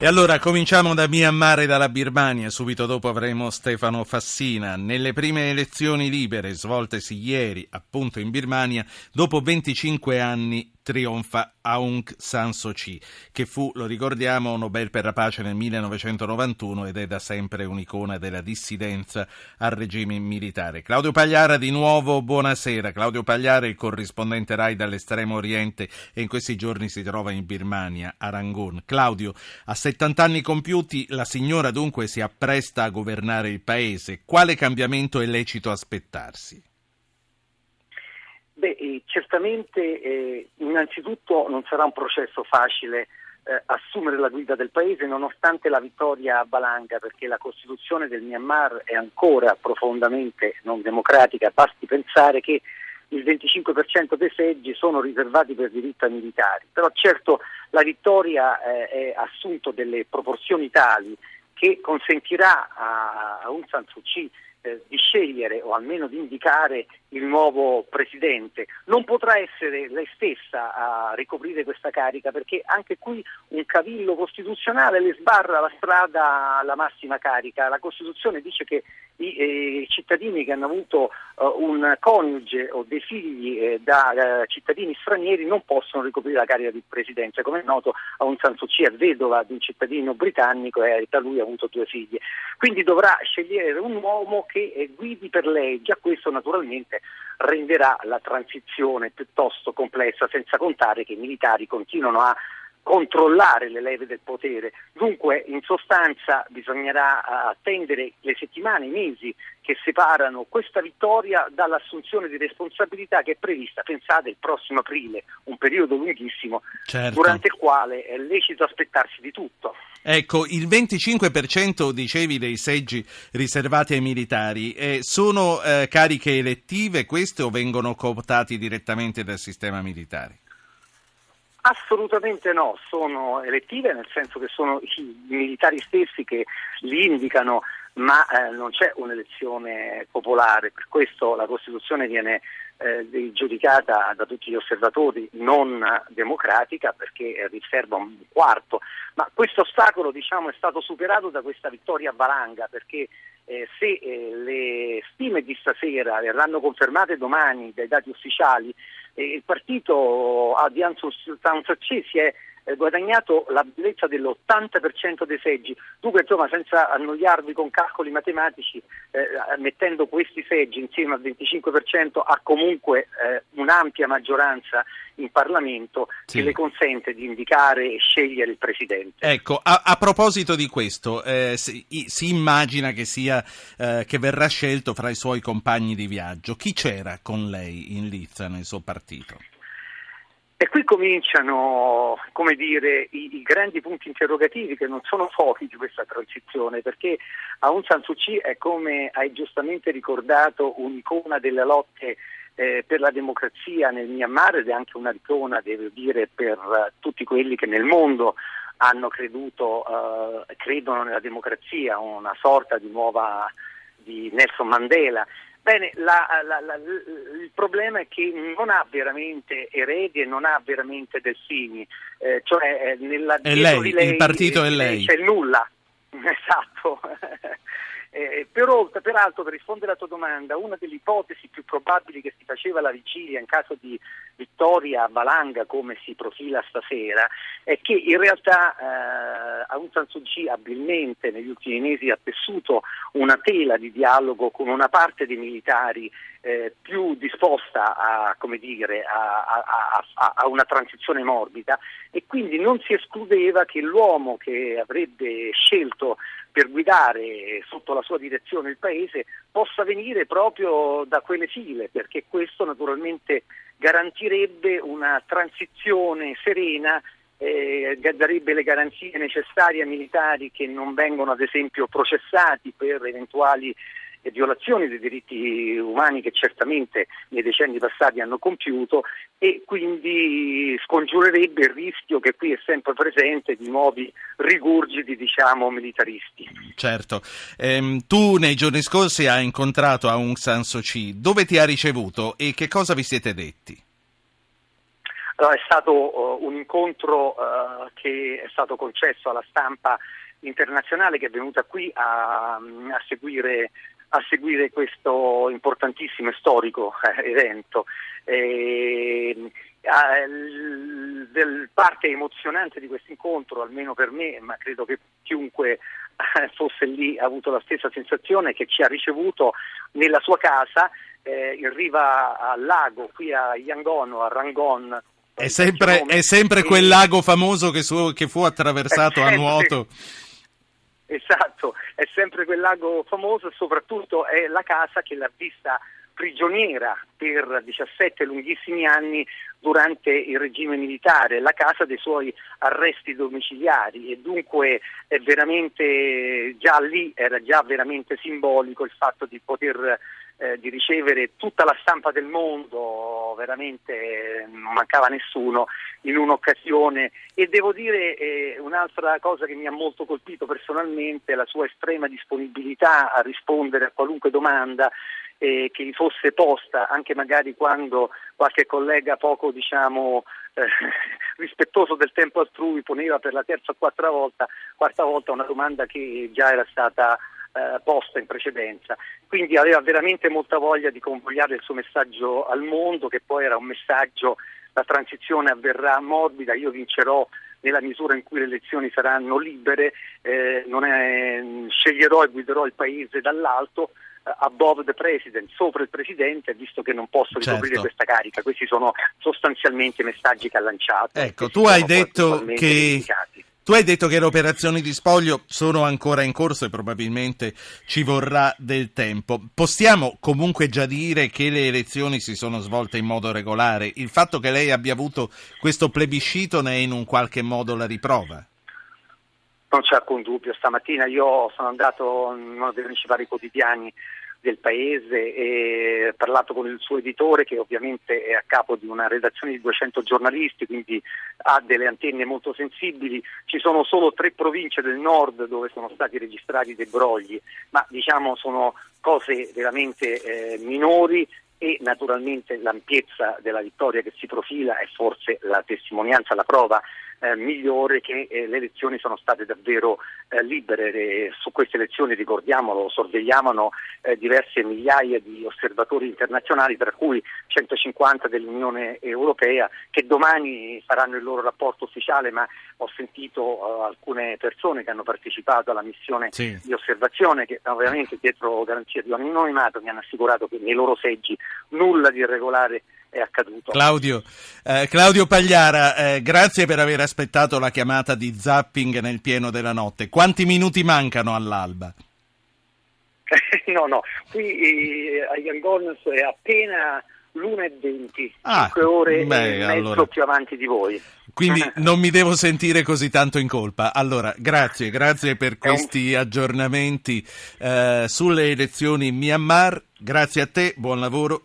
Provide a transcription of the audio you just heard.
E allora cominciamo da Myanmar e dalla Birmania, subito dopo avremo Stefano Fassina. Nelle prime elezioni libere svoltesi ieri appunto in Birmania, dopo 25 anni trionfa Aung San Suu Kyi, che fu, lo ricordiamo, Nobel per la pace nel 1991 ed è da sempre un'icona della dissidenza al regime militare. Claudio Pagliara di nuovo, buonasera. Claudio Pagliara, il corrispondente RAI dall'estremo oriente e in questi giorni si trova in Birmania, a Rangoon. Claudio, a 70 anni compiuti la signora dunque si appresta a governare il paese. Quale cambiamento è lecito aspettarsi? Certamente innanzitutto non sarà un processo facile assumere la guida del paese nonostante la vittoria a valanga, perché la Costituzione del Myanmar è ancora profondamente non democratica. Basti pensare che il 25% dei seggi sono riservati per diritto ai militari, però certo la vittoria è assunto delle proporzioni tali che consentirà a Aung San Suu Kyi di scegliere o almeno di indicare il nuovo presidente. Non potrà essere lei stessa a ricoprire questa carica, perché anche qui un cavillo costituzionale le sbarra la strada alla massima carica. La Costituzione dice che i cittadini che hanno avuto un coniuge o dei figli da cittadini stranieri non possono ricoprire la carica di presidenza. Come è noto, Aung San Suu Kyi è vedova di un cittadino britannico e da lui ha avuto 2 figlie. Quindi dovrà scegliere un uomo che guidi per lei. Già questo naturalmente renderà la transizione piuttosto complessa, senza contare che i militari continuano a controllare le leve del potere. Dunque, in sostanza, bisognerà attendere le settimane, i mesi che separano questa vittoria dall'assunzione di responsabilità che è prevista, pensate, il prossimo aprile, un periodo lunghissimo, certo, durante il quale è lecito aspettarsi di tutto. Ecco, il 25% dicevi dei seggi riservati ai militari, sono cariche elettive queste o vengono cooptati direttamente dal sistema militare? Assolutamente no, sono elettive, nel senso che sono i militari stessi che li indicano, ma non c'è un'elezione popolare. Per questo la Costituzione viene giudicata da tutti gli osservatori non democratica, perché riserva un quarto. Ma questo ostacolo, diciamo, è stato superato da questa vittoria a valanga, perché se le stime di stasera verranno confermate domani dai dati ufficiali, il partito di Aung San Suu Kyi si è guadagnato la bellezza dell'80% dei seggi. Dunque, insomma, senza annoiarvi con calcoli matematici, mettendo questi seggi insieme al 25% ha comunque un'ampia maggioranza in Parlamento, sì, che le consente di indicare e scegliere il presidente. Ecco, a proposito di questo, si immagina che che verrà scelto fra i suoi compagni di viaggio. Chi c'era con lei in lizza nel suo partito? E qui cominciano, come dire, i grandi punti interrogativi, che non sono pochi, di questa transizione, perché Aung San Suu Kyi è, come hai giustamente ricordato, un'icona delle lotte per la democrazia nel Myanmar, ed è anche una icona, devo dire, per tutti quelli che nel mondo hanno credono nella democrazia, una sorta di Nelson Mandela. Bene, il problema è che non ha veramente eredi e non ha veramente delfini, cioè dietro di lei il partito è lei. C'è il nulla, esatto. Peraltro, per rispondere alla tua domanda, una delle ipotesi più probabili che si faceva alla vigilia in caso di vittoria a valanga, come si profila stasera, è che in realtà Aung San Suu Kyi abilmente negli ultimi mesi ha tessuto una tela di dialogo con una parte dei militari più disposta a una transizione morbida, e quindi non si escludeva che l'uomo che avrebbe scelto per guidare sotto la sua direzione il paese possa venire proprio da quelle file, perché questo naturalmente garantirebbe una transizione serena, darebbe le garanzie necessarie ai militari che non vengono ad esempio processati per eventuali violazioni dei diritti umani che certamente nei decenni passati hanno compiuto, e quindi scongiurerebbe il rischio, che qui è sempre presente, di nuovi rigurgiti, diciamo, militaristi. Certo. Tu nei giorni scorsi hai incontrato Aung San Suu Kyi. Dove ti ha ricevuto e che cosa vi siete detti? Allora, è stato un incontro che è stato concesso alla stampa internazionale che è venuta qui a seguire questo importantissimo e storico evento. Parte emozionante di questo incontro, almeno per me, ma credo che chiunque fosse lì ha avuto la stessa sensazione, che ci ha ricevuto nella sua casa in riva al lago, qui a Yangon o a Rangon. È sempre quel lago famoso che fu attraversato a nuoto. Esatto, è sempre quel lago famoso e soprattutto è la casa che l'ha vista prigioniera per 17 lunghissimi anni durante il regime militare, la casa dei suoi arresti domiciliari, e dunque è veramente già lì era già veramente simbolico il fatto di poter di ricevere tutta la stampa del mondo, veramente non mancava nessuno in un'occasione. E devo dire un'altra cosa che mi ha molto colpito personalmente, la sua estrema disponibilità a rispondere a qualunque domanda che gli fosse posta, anche magari quando qualche collega poco rispettoso del tempo altrui poneva per la terza o quarta volta una domanda che già era stata posta in precedenza. Quindi aveva veramente molta voglia di convogliare il suo messaggio al mondo, che poi era un messaggio: la transizione avverrà morbida, io vincerò nella misura in cui le elezioni saranno libere, sceglierò e guiderò il paese dall'alto, above the president, sopra il presidente, visto che non posso ricoprire questa carica. Questi sono sostanzialmente i messaggi che ha lanciato. Ecco, tu hai detto che le operazioni di spoglio sono ancora in corso e probabilmente ci vorrà del tempo. Possiamo comunque già dire che le elezioni si sono svolte in modo regolare? Il fatto che lei abbia avuto questo plebiscito ne è in un qualche modo la riprova? Non c'è alcun dubbio. Stamattina io sono andato in uno dei principali quotidiani del paese e ho parlato con il suo editore, che ovviamente è a capo di una redazione di 200 giornalisti, quindi ha delle antenne molto sensibili. Ci sono solo 3 province del nord dove sono stati registrati dei brogli, ma sono cose veramente minori, e naturalmente l'ampiezza della vittoria che si profila è forse la testimonianza, la prova migliore che le elezioni sono state davvero libere. Su queste elezioni, ricordiamolo, sorvegliavano diverse migliaia di osservatori internazionali, tra cui 150 dell'Unione Europea, che domani faranno il loro rapporto ufficiale, ma ho sentito alcune persone che hanno partecipato alla missione di osservazione, che ovviamente dietro garanzia di anonimato mi hanno assicurato che nei loro seggi nulla di irregolare è accaduto. Claudio Pagliara, grazie per aver aspettato la chiamata di zapping nel pieno della notte. Quanti minuti mancano all'alba? No, qui a Yangon è appena l'1:20, 5 ore e mezzo più avanti di voi. Quindi non mi devo sentire così tanto in colpa. Allora, grazie per questi aggiornamenti sulle elezioni in Myanmar. Grazie a te, buon lavoro.